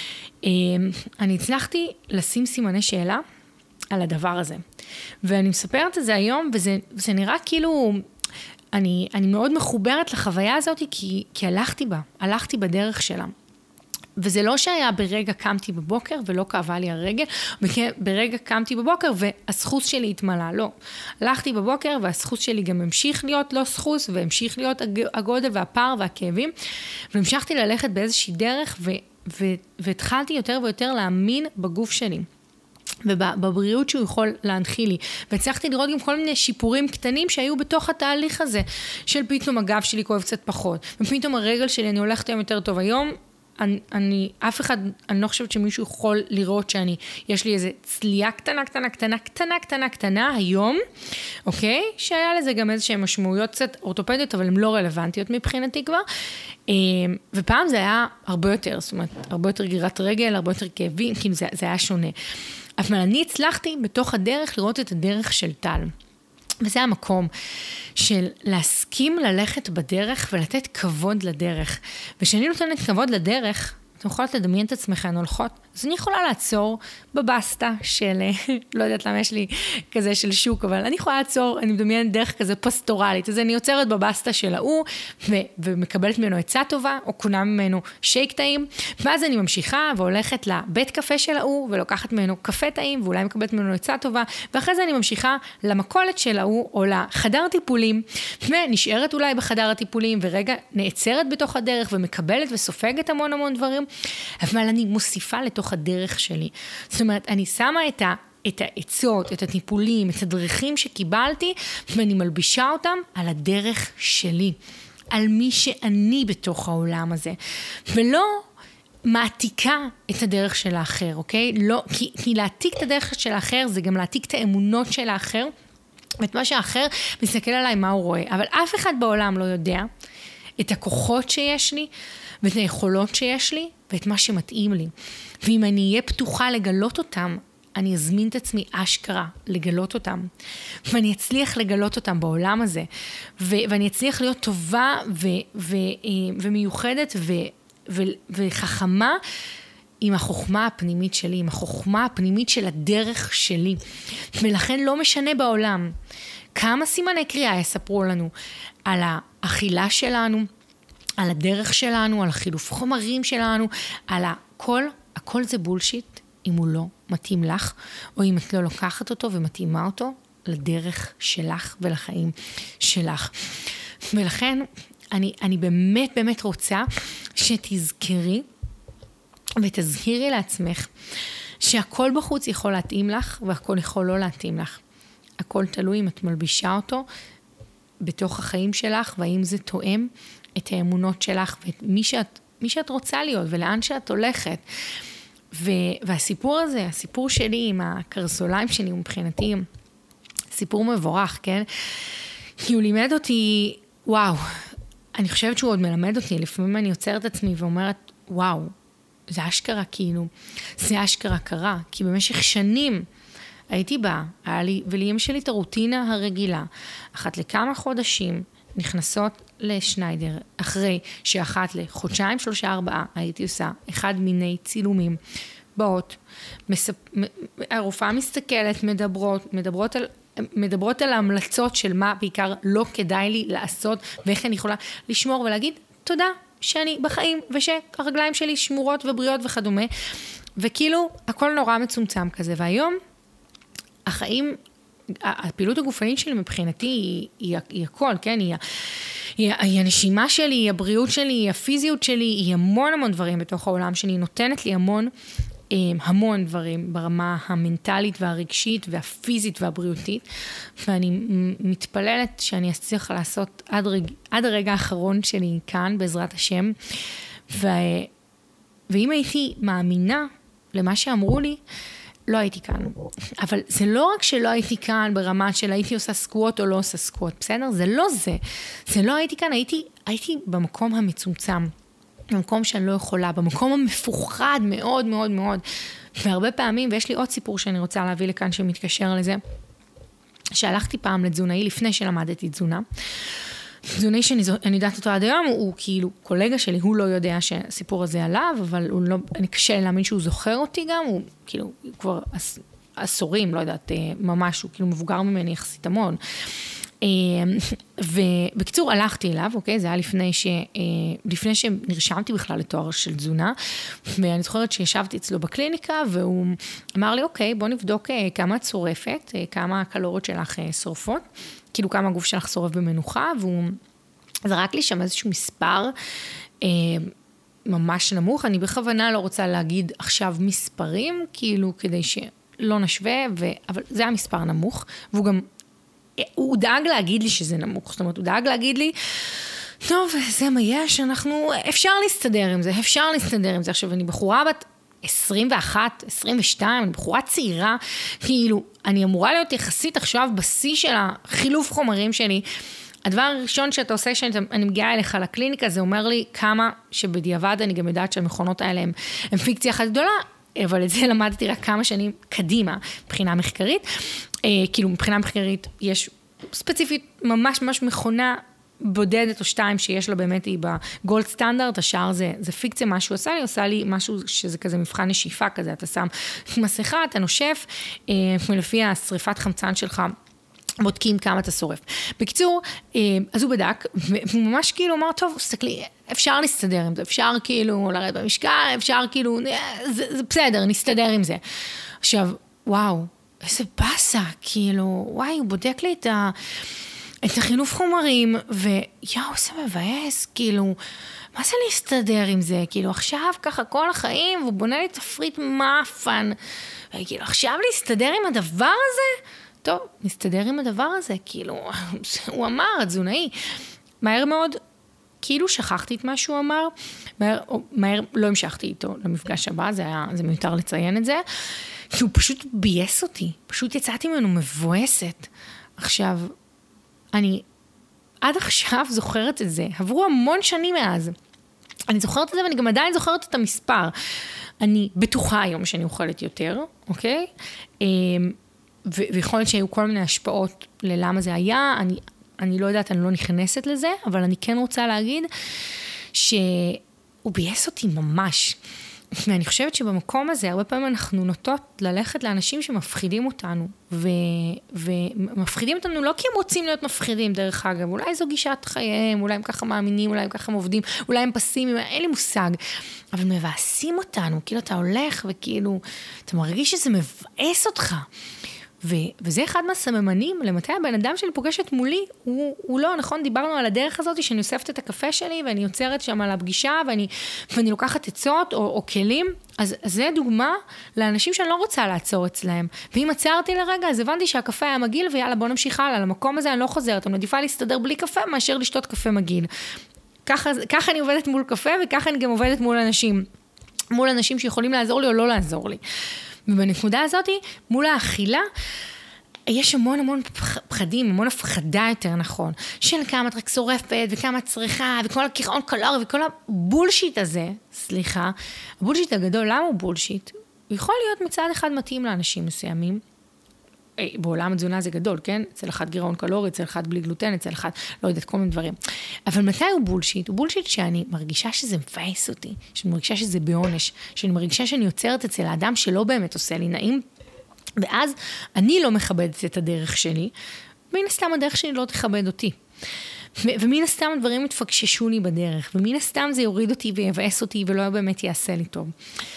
אני הצלחתי לשים סימני שאלה על הדבר הזה. ואני מספרת את זה היום, וזה, וזה נראה כאילו, אני, אני מאוד מחוברת לחוויה הזאת, כי, כי הלכתי בה, הלכתי בדרך שלה. וזה לא שהיה ברגע קמתי בבוקר, ולא כאבה לי הרגל, ברגע קמתי בבוקר, והסחוס שלי התמלא, לא. הלכתי בבוקר, והסחוס שלי גם המשיך להיות לא סחוס, והמשיך להיות הגודל והפער והכאבים, והמשכתי ללכת באיזושהי דרך, ו... והתחלתי יותר ויותר להאמין בגוף שלי, ובבריאות שהוא יכול להנחיל לי, והצלחתי לראות גם כל מיני שיפורים קטנים שהיו בתוך התהליך הזה, של פתאום הגב שלי כואב קצת פחות, ופתאום הרגל שלי אני הולכת היום יותר טוב. היום אני, אני, אף אחד, אני לא חושבת שמישהו יכול לראות שאני, יש לי איזה צלייה קטנה, קטנה, קטנה, קטנה, קטנה, קטנה, היום, אוקיי? שהיה לזה גם איזושהי משמעויות קצת אורתופדיות, אבל הן לא רלוונטיות מבחינתי כבר, ופעם זה היה הרבה יותר, זאת אומרת, הרבה יותר גירת רגל, הרבה יותר כאבים, כאילו זה, זה היה שונה. אבל אני הצלחתי בתוך הדרך לראות את הדרך של טל. וזה המקום של להסכים ללכת בדרך ולתת כבוד לדרך. ושאני נותנת כבוד לדרך, אתם יכולות לדמיין את עצמכם הולכות, אז אני יכולה לעצור בבסטה של, לא יודעת למה יש לי כזה של שוק, אבל אני יכולה לעצור, אני מדמיינת דרך כזה פסטורלית, אז אני עוצרת בבסטה של ההוא, ו- ומקבלת ממנו עצה טובה, או קונה ממנו שייק טעים, ואז אני ממשיכה והולכת לבית קפה של ההוא, ולוקחת ממנו קפה טעים, ואולי מקבלת ממנו עצה טובה, ואחרי זה אני ממשיכה למכולת של ההוא, או לחדר טיפולים, ונשארת אולי בחדר הטיפולים, ורגע נעצרת בתוך הדרך, ומקבלת וסופגת המון המון דברים, אבל אני מוסיפה לתוך הדרך שלי. זאת אומרת, אני שמה את ה... את העצות, את הטיפולים, את הדרכים שקיבלתי, ואני מלבישה אותם על הדרך שלי, על מי שאני בתוך העולם הזה, ולא מעתיקה את הדרך של האחר, אוקיי? לא, כי, כי להעתיק את הדרך של האחר, זה גם להעתיק את האמונות של האחר, ואת מה שהאחר מסתכל עליי מה הוא רואה, אבל אף אחד בעולם לא יודע את הכוחות שיש לי, ואת היכולות שיש לי, ואת מה שמתאים לי. ואם אני אהיה פתוחה לגלות אותם, אני אזמין את עצמי אשכרה לגלות אותם. ואני אצליח לגלות אותם בעולם הזה. ו- ואני אצליח להיות טובה ו- ו- ומיוחדת ו- ו- וחכמה עם החוכמה הפנימית שלי, עם החוכמה הפנימית של הדרך שלי. ולכן לא משנה בעולם כמה סימני קריאה יספרו לנו על האכילה שלנו, על הדרך שלנו, על החילוף חומרים שלנו, על הכל הכל זה בולשיט אם הוא לא מתאים לך, או אם את לא לוקחת אותו ומתאימה אותו לדרך שלך ולחיים שלך. ולכן אני, אני באמת באמת רוצה שתזכרי ותזכירי לעצמך שהכל בחוץ יכול להתאים לך והכל יכול לא להתאים לך. הכל תלוי אם את מלבישה אותו בתוך החיים שלך, והאם זה תואם את האמונות שלך ואת מי שאת, מי שאת רוצה להיות ולאן שאת הולכת. ו, והסיפור הזה, הסיפור שלי עם הקרסוליים שלי מבחינתי, סיפור מבורך, כן? כי הוא לימד אותי, וואו, אני חושבת שהוא עוד מלמד אותי, לפעמים אני יוצרת עצמי ואומרת, וואו, זה אשכרה כאילו, זה אשכרה קרה, כי במשך שנים הייתי באה, היה לי, ולאמא שלי את הרוטינה הרגילה, אחת לכמה חודשים נכנסות לשניידר, אחרי שאחת לחודשיים, שלושה, ארבעה, הייתי עושה אחד מיני צילומים, באות, מספ... הרופאה מסתכלת, מדברות, מדברות על... מדברות על ההמלצות של מה בעיקר לא כדאי לי לעשות, ואיך אני יכולה לשמור ולהגיד תודה שאני בחיים, ושהרגליים שלי שמורות ובריאות וכדומה, וכאילו הכל נורא מצומצם כזה, והיום החיים, הפעילות הגופנית שלי מבחינתי היא, היא, היא הכל, כן? היא, היא, היא הנשימה שלי, היא הבריאות שלי, היא הפיזיות שלי, היא המון המון דברים בתוך העולם שלי, נותנת לי המון המון דברים ברמה המנטלית והרגשית והפיזית והבריאותית, ואני מתפללת שאני אצליח לעשות עד, רגע, עד הרגע האחרון שלי כאן בעזרת השם, ו, ואם הייתי מאמינה למה שאמרו לי, לא הייתי כאן. אבל זה לא רק שלא הייתי כאן ברמה של הייתי עושה סקוואט או לא עושה סקוואט, בסדר? זה לא זה. זה לא הייתי כאן, הייתי, הייתי במקום המצומצם. במקום שאני לא יכולה, במקום המפוחד מאוד מאוד מאוד, והרבה פעמים, ויש לי עוד סיפור שאני רוצה להביא לכאן שמתקשר לזה, שהלכתי פעם לתזונאי לפני שלמדתי תזונה, תזונאי שאני יודעת אותו עד היום, הוא, הוא כאילו קולגה שלי, הוא לא יודע שהסיפור הזה עליו, אבל הוא לא, אני קשה להאמין שהוא זוכר אותי גם, הוא כאילו כבר עש, עשורים, לא יודעת, ממש, הוא כאילו מבוגר ממני יחסית המון, ובקיצור הלכתי אליו, אוקיי, זה היה לפני ש, לפני שנרשמתי בכלל לתואר של תזונה, ואני זוכרת שישבתי אצלו בקליניקה, והוא אמר לי, אוקיי, בוא נבדוק כמה את שורפת, כמה הקלוריות שלך שורפות, כאילו כמה הגוף שלך שורף במנוחה, והוא זרק לי שם איזשהו מספר ממש נמוך, אני בכוונה לא רוצה להגיד עכשיו מספרים, כאילו כדי שלא נשווה, ו... אבל זה היה מספר נמוך, והוא גם הוא דאג להגיד לי שזה נמוך, זאת אומרת, הוא דאג להגיד לי, טוב, זה מה יש, אנחנו, אפשר להסתדר עם זה, אפשר להסתדר עם זה. עכשיו, אני בחורה בת עשרים ואחת, עשרים ושתיים, אני בחורה צעירה, כאילו, אני אמורה להיות יחסית עכשיו בשיא של החילוף חומרים שלי. הדבר הראשון שאתה עושה, שאני מגיעה אליך לקליניקה, זה אומר לי כמה שבדיעבד, אני גם יודעת שהמכונות האלה הם, הם פיקציה אחת גדולה, אבל את זה למדתי רק כמה שנים קדימה, מבחינה מחקרית. אה, כאילו, מבחינה מחקרית יש ספציפית ממש ממש מכונה בודדת או שתיים שיש לה באמת, היא בגולד סטנדרט, השאר זה, זה פיקציה, מה שהוא עושה לי, עושה לי משהו שזה כזה מבחן נשיפה כזה, אתה שם מסכה, אתה נושף, אה, לפי השריפת חמצן שלך, בודקים כמה אתה שורף. בקיצור, אז הוא בדק, והוא ממש כאילו אמר, טוב, סתכלי, אפשר להסתדר עם זה, אפשר כאילו לרדת במשקל, אפשר כאילו, זה, זה בסדר, נסתדר עם זה. עכשיו, וואו, איזה בסה, כאילו, וואי, הוא בודק לי את, ה, את החילוף חומרים, ויאו, זה מבאס, כאילו, מה זה להסתדר עם זה? כאילו, עכשיו ככה כל החיים, והוא בונה לי תפריט מאפן, וכאילו, עכשיו להסתדר עם הדבר הזה? טוב, נסתדר עם הדבר הזה, כאילו, הוא אמר, התזונאי, מהר מאוד, כאילו שכחתי את מה שהוא אמר, מהר, מהר לא המשכתי איתו למפגש הבא, זה היה, זה מיותר לציין את זה, כי הוא פשוט בייס אותי, פשוט יצאתי ממנו מבואסת. עכשיו, אני עד עכשיו זוכרת את זה, עברו המון שנים מאז, אני זוכרת את זה ואני גם עדיין זוכרת את המספר, אני בטוחה היום שאני אוכלת יותר, אוקיי? ויכול להיות שהיו כל מיני השפעות ללמה זה היה, אני, אני לא יודעת, אני לא נכנסת לזה, אבל אני כן רוצה להגיד שהוא בייס אותי ממש. ואני חושבת שבמקום הזה, הרבה פעמים אנחנו נוטות ללכת לאנשים שמפחידים אותנו, ו... ומפחידים אותנו לא כי הם רוצים להיות מפחידים, דרך אגב, אולי זו גישת חייהם, אולי הם ככה מאמינים, אולי הם ככה עובדים, אולי הם פסימיים, אין לי מושג, אבל מבאסים אותנו, כאילו אתה הולך וכאילו, אתה מרגיש שזה מבאס אותך, ו- וזה אחד מהסממנים, למתי הבן אדם שלי פוגשת מולי, הוא, הוא לא, נכון, דיברנו על הדרך הזאת, שאני אוספת את הקפה שלי, ואני יוצרת שם על הפגישה, ואני, ואני לוקחת עצות או, או כלים, אז, אז זה דוגמה לאנשים שאני לא רוצה לעצור אצלהם, ואם עצרתי לרגע, אז הבנתי שהקפה היה מגיל, ויאללה בוא נמשיך הלאה, למקום הזה אני לא חוזרת, אני מעדיפה להסתדר בלי קפה, מאשר לשתות קפה מגיל. ככה, ככה אני עובדת מול קפה, וככה אני גם עובדת מול אנשים, מול אנשים שיכולים לעזור לי או לא לעזור לי. ובנקודה הזאת, מול האכילה, יש המון המון פחדים, המון הפחדה יותר נכון, של כמה את רק שורפת, וכמה צריכה, וכל הקירעון קלורי, וכל הבולשיט הזה, סליחה, הבולשיט הגדול, למה הוא בולשיט? הוא יכול להיות מצד אחד מתאים לאנשים מסוימים, בעולם התזונה זה גדול, כן? אצל אחד גירעון קלורי, אצל אחד בלי גלוטן, אצל אחד, לא יודעת, כל מיני דברים. אבל מתי הוא בולשיט? הוא בולשיט שאני מרגישה שזה מבאס אותי, שאני מרגישה שזה בעונש, שאני מרגישה שאני יוצרת אצל האדם שלא באמת עושה לי נעים, ואז אני לא מכבדת את הדרך שלי, מן הסתם הדרך שלי לא תכבד אותי. ומן הסתם הדברים מתפקששו לי בדרך, ומן הסתם זה יוריד אותי ויבאס אותי, ולא באמת יעשה לי טוב.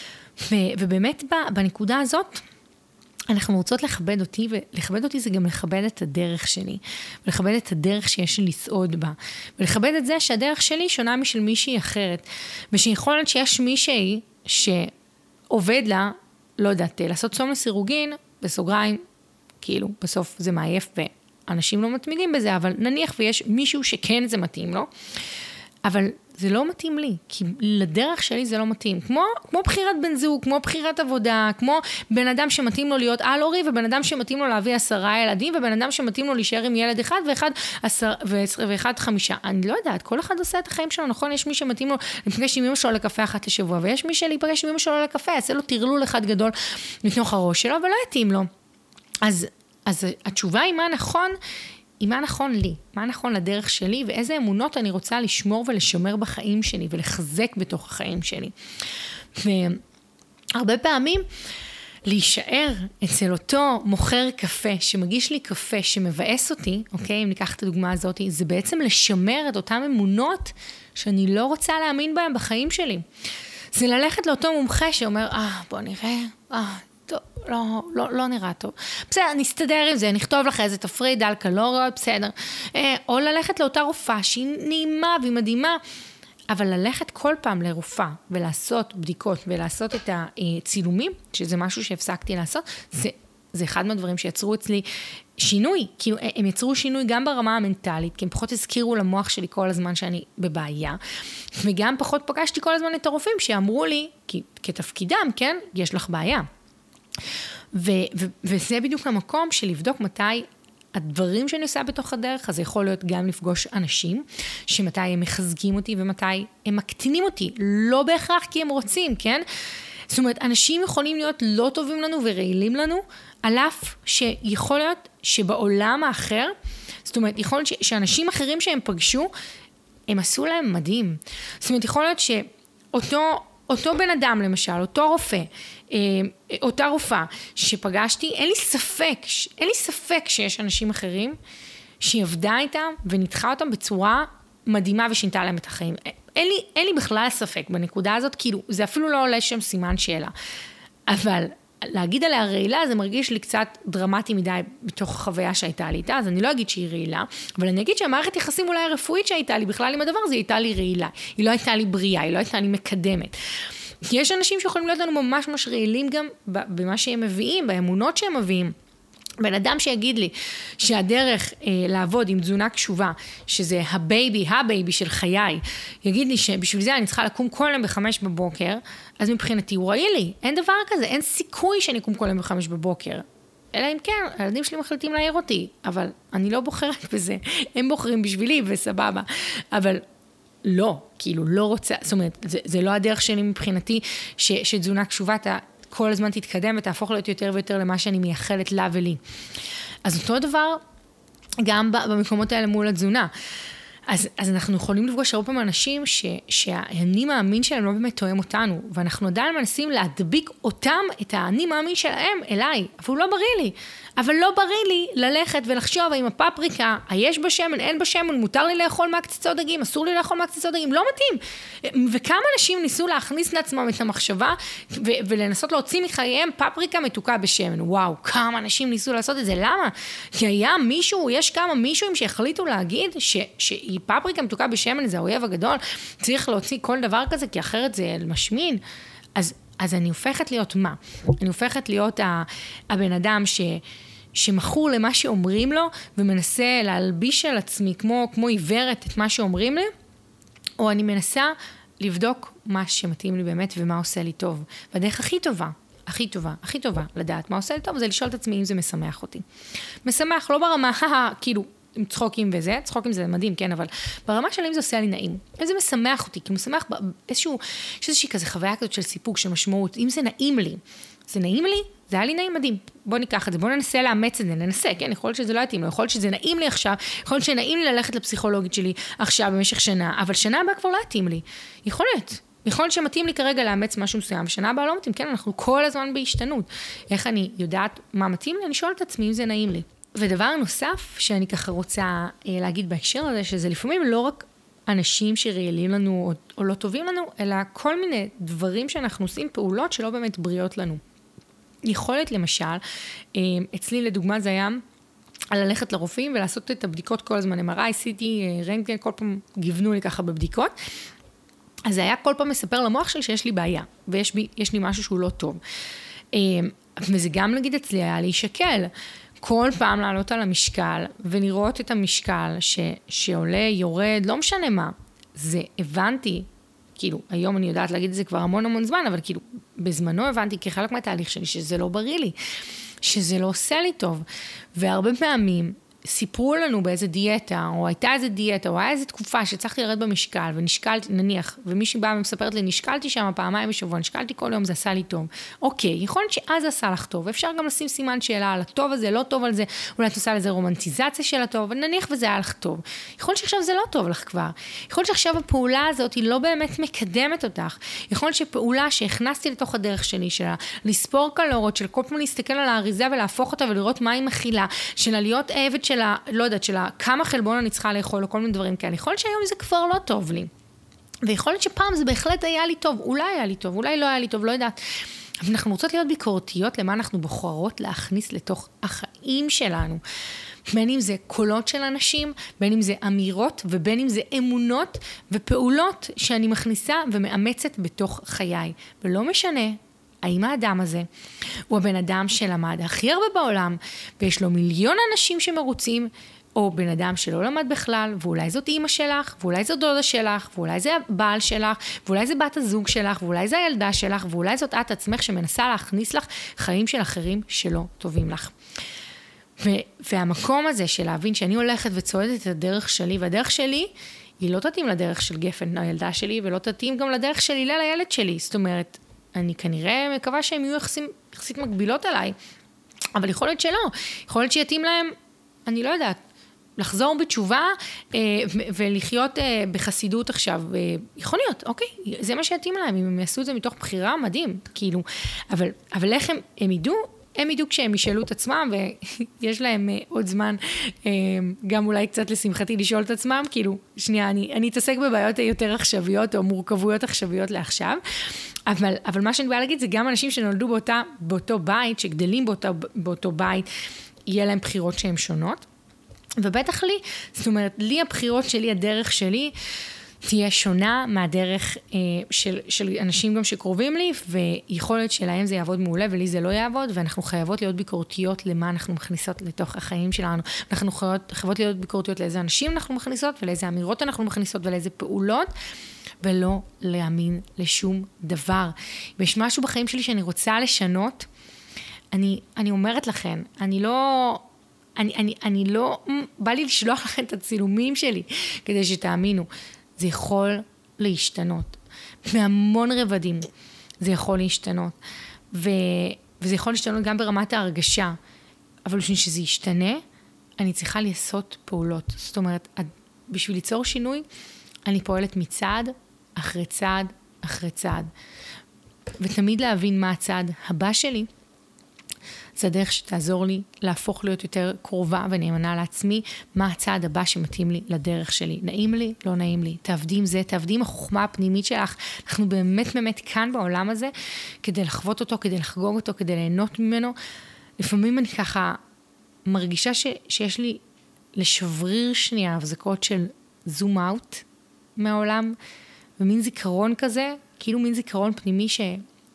ובאמת בנקודה הזאת, אנחנו רוצות לכבד אותי, ולכבד אותי זה גם לכבד את הדרך שלי, ולכבד את הדרך שיש לי לסעוד בה, ולכבד את זה שהדרך שלי שונה משל מישהי אחרת, ושיכול להיות שיש מישהי שעובד לה, לא יודעת, לעשות צום לסירוגין, בסוגריים, כאילו, בסוף זה מעייף, ואנשים לא מתמידים בזה, אבל נניח ויש מישהו שכן זה מתאים לו, אבל זה לא מתאים לי, כי לדרך שלי זה לא מתאים. כמו, כמו בחירת בן זוג, כמו בחירת עבודה, כמו בן אדם שמתאים לו להיות על-הורי, ובן אדם שמתאים לו להביא עשרה ילדים, ובן אדם שמתאים לו להישאר עם ילד אחד, ואחד, עשר, ואחד חמישה. אני לא יודעת, כל אחד עושה את החיים שלו, נכון? יש מי שמתאים לו לפגש עם אמא שלו לקפה אחת לשבוע, ויש מי שלהיפגש עם אמא שלו לקפה, יעשה לו תרלול אחד גדול מתוך הראש שלו, ולא יתאים לו. אז, אז התשובה היא מה נכון, היא מה נכון לי, מה נכון לדרך שלי, ואיזה אמונות אני רוצה לשמור ולשמר בחיים שלי, ולחזק בתוך החיים שלי. והרבה פעמים, להישאר אצל אותו מוכר קפה, שמגיש לי קפה, שמבאס אותי, אוקיי, אם ניקח את הדוגמה הזאת, זה בעצם לשמר את אותם אמונות, שאני לא רוצה להאמין בהם בחיים שלי. זה ללכת לאותו מומחה שאומר, אה, בוא נראה, אה, טוב, לא, לא, לא נראה טוב. בסדר, נסתדר עם זה, נכתוב לך איזה תפריט דל קלוריות, בסדר. או ללכת לאותה רופאה שהיא נעימה והיא מדהימה, אבל ללכת כל פעם לרופאה ולעשות בדיקות ולעשות את הצילומים, שזה משהו שהפסקתי לעשות, זה, זה אחד מהדברים שיצרו אצלי שינוי, כי הם יצרו שינוי גם ברמה המנטלית, כי הם פחות הזכירו למוח שלי כל הזמן שאני בבעיה, וגם פחות פגשתי כל הזמן את הרופאים שאמרו לי, כי כתפקידם, כן, יש לך בעיה. ו- ו- וזה בדיוק המקום של לבדוק מתי הדברים שאני עושה בתוך הדרך, אז זה יכול להיות גם לפגוש אנשים, שמתי הם מחזקים אותי ומתי הם מקטינים אותי, לא בהכרח כי הם רוצים, כן? זאת אומרת, אנשים יכולים להיות לא טובים לנו ורעילים לנו, על אף שיכול להיות שבעולם האחר, זאת אומרת, יכול להיות ש- שאנשים אחרים שהם פגשו, הם עשו להם מדהים. זאת אומרת, יכול להיות שאותו אותו בן אדם למשל, אותו רופא, אותה רופאה שפגשתי, אין לי ספק, אין לי ספק שיש אנשים אחרים שהיא עבדה איתם וניתחה אותם בצורה מדהימה ושינתה להם את החיים. אין לי, אין לי בכלל ספק בנקודה הזאת, כאילו, זה אפילו לא עולה שם סימן שאלה. אבל להגיד עליה רעילה, זה מרגיש לי קצת דרמטי מדי בתוך החוויה שהייתה לי איתה, אז אני לא אגיד שהיא רעילה, אבל אני אגיד שהמערכת יחסים אולי הרפואית שהייתה לי, בכלל עם הדבר הזה, היא הייתה לי רעילה. היא לא הייתה לי בריאה, היא לא הייתה לי מקדמת. כי יש אנשים שיכולים להיות לנו ממש ממש רעילים גם במה שהם מביאים, באמונות שהם מביאים. בן אדם שיגיד לי שהדרך אה, לעבוד עם תזונה קשובה, שזה הבייבי, הבייבי של חיי, יגיד לי שבשביל זה אני צריכה לקום כל יום בחמש בבוקר, אז מבחינתי הוא רעיל לי. אין דבר כזה, אין סיכוי שאני אקום כל יום בחמש בבוקר. אלא אם כן, הילדים שלי מחליטים להעיר אותי, אבל אני לא בוחרת בזה. הם בוחרים בשבילי וסבבה. אבל לא, כאילו לא רוצה, זאת אומרת, זה, זה לא הדרך שלי מבחינתי, ש, שתזונה קשובה אתה כל הזמן תתקדם ותהפוך להיות יותר ויותר למה שאני מייחלת לה ולי. אז אותו דבר גם במקומות האלה מול התזונה. אז, אז אנחנו יכולים לפגוש הרבה פעמים אנשים ש, שהאני מאמין שלהם לא באמת תואם אותנו, ואנחנו עדיין מנסים להדביק אותם, את האני מאמין שלהם אליי, אבל הוא לא בריא לי. אבל לא בריא לי ללכת ולחשוב האם הפפריקה, היש בשמן, אין בשמן, מותר לי לאכול מהקציצות דגים, אסור לי לאכול מהקציצות דגים, לא מתאים. וכמה אנשים ניסו להכניס לעצמם את המחשבה, ו- ולנסות להוציא מחייהם פפריקה מתוקה בשמן. וואו, כמה אנשים ניסו לעשות את זה, למה? כי היה מישהו, יש כמה מישהו שהחליטו להגיד ש- שהיא פפריקה מתוקה בשמן, זה האויב הגדול, צריך להוציא כל דבר כזה, כי אחרת זה משמין. אז, אז אני הופכת להיות מה? אני הופכת להיות הבן אדם ש... שמכור למה שאומרים לו, ומנסה להלביש על עצמי, כמו, כמו עיוורת את מה שאומרים לי, או אני מנסה לבדוק מה שמתאים לי באמת, ומה עושה לי טוב. והדרך הכי טובה, הכי טובה, הכי טובה לדעת מה עושה לי טוב, זה לשאול את עצמי אם זה משמח אותי. משמח, לא ברמה, כאילו, עם צחוקים וזה, צחוקים זה מדהים, כן, אבל ברמה של אם זה עושה לי נעים, אם זה משמח אותי, כי משמח באיזשהו, יש איזושהי כזה חוויה כזאת של סיפוק, של משמעות, אם זה נעים לי, זה נעים לי, זה היה לי נעים מדהים, בוא ניקח את זה, בוא ננסה לאמץ את זה, ננסה, כן, יכול להיות שזה לא יתאים, יכול להיות שזה נעים לי עכשיו, יכול להיות שנעים לי ללכת לפסיכולוגית שלי עכשיו במשך שנה, אבל שנה הבאה כבר לא יתאים לי, יכול להיות, יכול להיות שמתאים לי כרגע לאמץ משהו מסוים, ושנה הבאה לא מתאים, כן, אנחנו כל הזמן בהשתנות, איך אני יודעת מה מתאים לי, אני שואלת את עצמי אם זה נעים לי. ודבר נוסף שאני ככה רוצה להגיד בהקשר הזה, שזה לפעמים לא רק אנשים שרעילים לנו או, או לא טובים לנו, אלא כל מיני דברים שאנחנו עושים, פעולות שלא באמת בריאות לנו. יכולת למשל, אצלי לדוגמה זה היה על ללכת לרופאים ולעשות את הבדיקות כל הזמן, אם אר איי, סי טי, רנטגן, כל פעם גיוונו לי ככה בבדיקות, אז זה היה כל פעם מספר למוח שלי שיש לי בעיה, ויש בי, יש לי משהו שהוא לא טוב. וזה גם נגיד אצלי היה להישקל, כל פעם לעלות על המשקל, ולראות את המשקל ש, שעולה, יורד, לא משנה מה, זה הבנתי, כאילו, היום אני יודעת להגיד את זה כבר המון המון זמן, אבל כאילו, בזמנו הבנתי כחלק מהתהליך שלי, שזה לא בריא לי, שזה לא עושה לי טוב, והרבה פעמים, סיפרו לנו באיזה דיאטה, או הייתה איזה דיאטה, או היה איזה תקופה שצריכתי לרד במשקל, ונשקלתי, נניח, ומישהי באה ומספרת לי, נשקלתי שם פעמיים בשבוע, נשקלתי כל יום, זה עשה לי טוב. אוקיי, יכול להיות שאז זה עשה לך טוב, אפשר גם לשים סימן שאלה על הטוב הזה, לא טוב על זה, אולי את עושה לזה רומנטיזציה של הטוב, אבל נניח וזה היה לך טוב. יכול להיות שעכשיו זה לא טוב לך כבר. יכול להיות שעכשיו הפעולה הזאת היא לא באמת מקדמת אותך. יכול להיות שפעולה שהכנסתי לתוך הדרך שלי, שלה, לספור קלוריות, של כל פעם להסתכל על האריזה ולהפוך אותה ולראות מה היא מכילה, של להיות עבד שלה, לא יודעת, שלה, כמה חלבון אני צריכה לאכול, או כל מיני דברים כאלה. יכול להיות שהיום זה כבר לא טוב לי. ויכול להיות שפעם זה בהחלט היה לי טוב, אולי היה לי טוב, אולי לא היה לי טוב, לא יודעת. אבל אנחנו רוצות להיות ביקורתיות למה אנחנו בוחרות להכניס לתוך החיים שלנו. בין אם זה קולות של אנשים, בין אם זה אמירות, ובין אם זה אמונות ופעולות שאני מכניסה ומאמצת בתוך חיי. ולא משנה, האם האדם הזה הוא הבן אדם שלמד הכי הרבה בעולם, ויש לו מיליון אנשים שמרוצים, או בן אדם שלא למד בכלל, ואולי זאת אימא שלך, ואולי זאת דודה שלך, ואולי זה הבעל שלך, ואולי זה בת הזוג שלך, ואולי זה הילדה שלך, ואולי זאת את עצמך שמנסה להכניס לך חיים של אחרים שלא טובים לך. ו- והמקום הזה של להבין שאני הולכת וצועדת את הדרך שלי, והדרך שלי היא לא תתאים לדרך של גפן, הילדה שלי, ולא תתאים גם לדרך שלי לילד שלי. זאת אומרת, אני כנראה מקווה שהם יהיו יחסים, יחסית מקבילות עליי, אבל יכול להיות שלא. יכול להיות שיתאים להם, אני לא יודעת, לחזור בתשובה אה, ולחיות אה, בחסידות עכשיו. אה, יכול להיות, אוקיי, זה מה שיתאים להם. אם הם יעשו את זה מתוך בחירה, מדהים, כאילו. אבל, אבל איך הם, הם ידעו? הם ידעו כשהם ישאלו את עצמם, ויש להם uh, עוד זמן, uh, גם אולי קצת לשמחתי לשאול את עצמם, כאילו, שנייה, אני, אני אתעסק בבעיות יותר עכשוויות, או מורכבויות עכשוויות לעכשיו, אבל, אבל מה שאני באה להגיד, זה גם אנשים שנולדו באותה, באותו בית, שגדלים באותו, באותו בית, יהיה להם בחירות שהן שונות, ובטח לי, זאת אומרת, לי הבחירות שלי, הדרך שלי, תהיה שונה מהדרך אה, של, של אנשים גם שקרובים לי, ויכול להיות שלהם זה יעבוד מעולה, ולי זה לא יעבוד, ואנחנו חייבות להיות ביקורתיות למה אנחנו מכניסות לתוך החיים שלנו. אנחנו חייבות, חייבות להיות ביקורתיות לאיזה אנשים אנחנו מכניסות, ולאיזה אמירות אנחנו מכניסות, ולאיזה פעולות, ולא להאמין לשום דבר. ויש משהו בחיים שלי שאני רוצה לשנות, אני, אני אומרת לכם, אני לא... אני, אני, אני לא... בא לי לשלוח לכם את הצילומים שלי, כדי שתאמינו. זה יכול להשתנות. מהמון רבדים זה יכול להשתנות. ו... וזה יכול להשתנות גם ברמת ההרגשה. אבל בשביל שזה ישתנה, אני צריכה לעשות פעולות. זאת אומרת, בשביל ליצור שינוי, אני פועלת מצעד אחרי צעד אחרי צעד. ותמיד להבין מה הצעד הבא שלי, זה הדרך שתעזור לי להפוך להיות יותר קרובה ונאמנה לעצמי, מה הצעד הבא שמתאים לי לדרך שלי. נעים לי, לא נעים לי. תעבדי עם זה, תעבדי עם החוכמה הפנימית שלך. אנחנו באמת באמת כאן בעולם הזה, כדי לחוות אותו, כדי לחגוג אותו, כדי ליהנות ממנו. לפעמים אני ככה מרגישה ש, שיש לי לשבריר שנייה, הבזקות של זום אאוט מהעולם, ומין זיכרון כזה, כאילו מין זיכרון פנימי ש...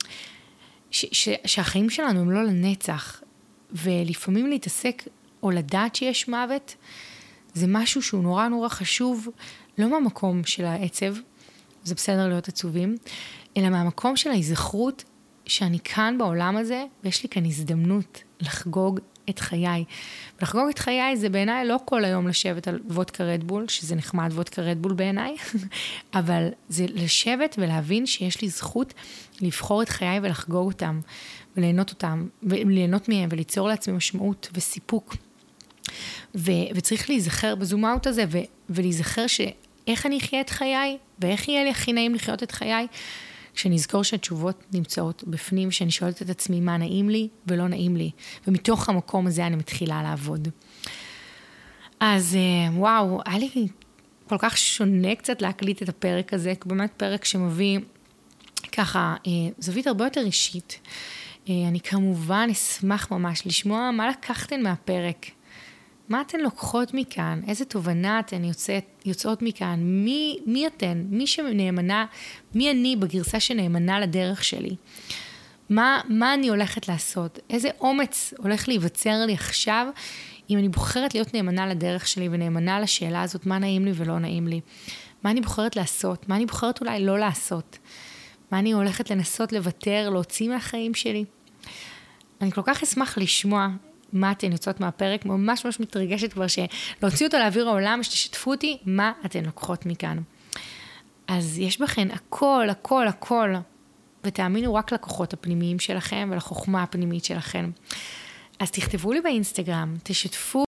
ש, ש, שהחיים שלנו הם לא לנצח, ולפעמים להתעסק או לדעת שיש מוות, זה משהו שהוא נורא נורא חשוב, לא מהמקום של העצב, זה בסדר להיות עצובים, אלא מהמקום של ההיזכרות שאני כאן בעולם הזה, ויש לי כאן הזדמנות לחגוג את חיי. ולחגוג את חיי זה בעיניי לא כל היום לשבת על וודקה רדבול, שזה נחמד וודקה רדבול בעיניי, אבל זה לשבת ולהבין שיש לי זכות לבחור את חיי ולחגוג אותם, וליהנות אותם, וליהנות מהם, וליצור לעצמי משמעות וסיפוק. ו- וצריך להיזכר בזום-אאוט הזה, ו- ולהיזכר שאיך אני אחיה את חיי, ואיך יהיה לי הכי נעים לחיות את חיי, כשנזכור שהתשובות נמצאות בפנים, שאני שואלת את עצמי מה נעים לי ולא נעים לי. ומתוך המקום הזה אני מתחילה לעבוד. אז וואו, היה לי כל כך שונה קצת להקליט את הפרק הזה, כי באמת פרק שמביא ככה זווית הרבה יותר אישית. אני כמובן אשמח ממש לשמוע מה לקחתן מהפרק. מה אתן לוקחות מכאן? איזה תובנה אתן יוצאת, יוצאות מכאן? מי, מי אתן? מי שנאמנה, מי אני בגרסה שנאמנה לדרך שלי? מה, מה אני הולכת לעשות? איזה אומץ הולך להיווצר לי עכשיו, אם אני בוחרת להיות נאמנה לדרך שלי, ונאמנה לשאלה הזאת, מה נעים לי ולא נעים לי? מה אני בוחרת לעשות? מה אני בוחרת אולי לא לעשות? מה אני הולכת לנסות לוותר, להוציא מהחיים שלי? אני כל כך אשמח לשמוע מה אתן יוצאות מהפרק, ממש ממש מתרגשת כבר שלהוציא אותו לאוויר העולם, שתשתפו אותי מה אתן לוקחות מכאן. אז יש בכן הכל, הכל, הכל, ותאמינו רק לכוחות הפנימיים שלכם ולחוכמה הפנימית שלכם. אז תכתבו לי באינסטגרם, תשתפו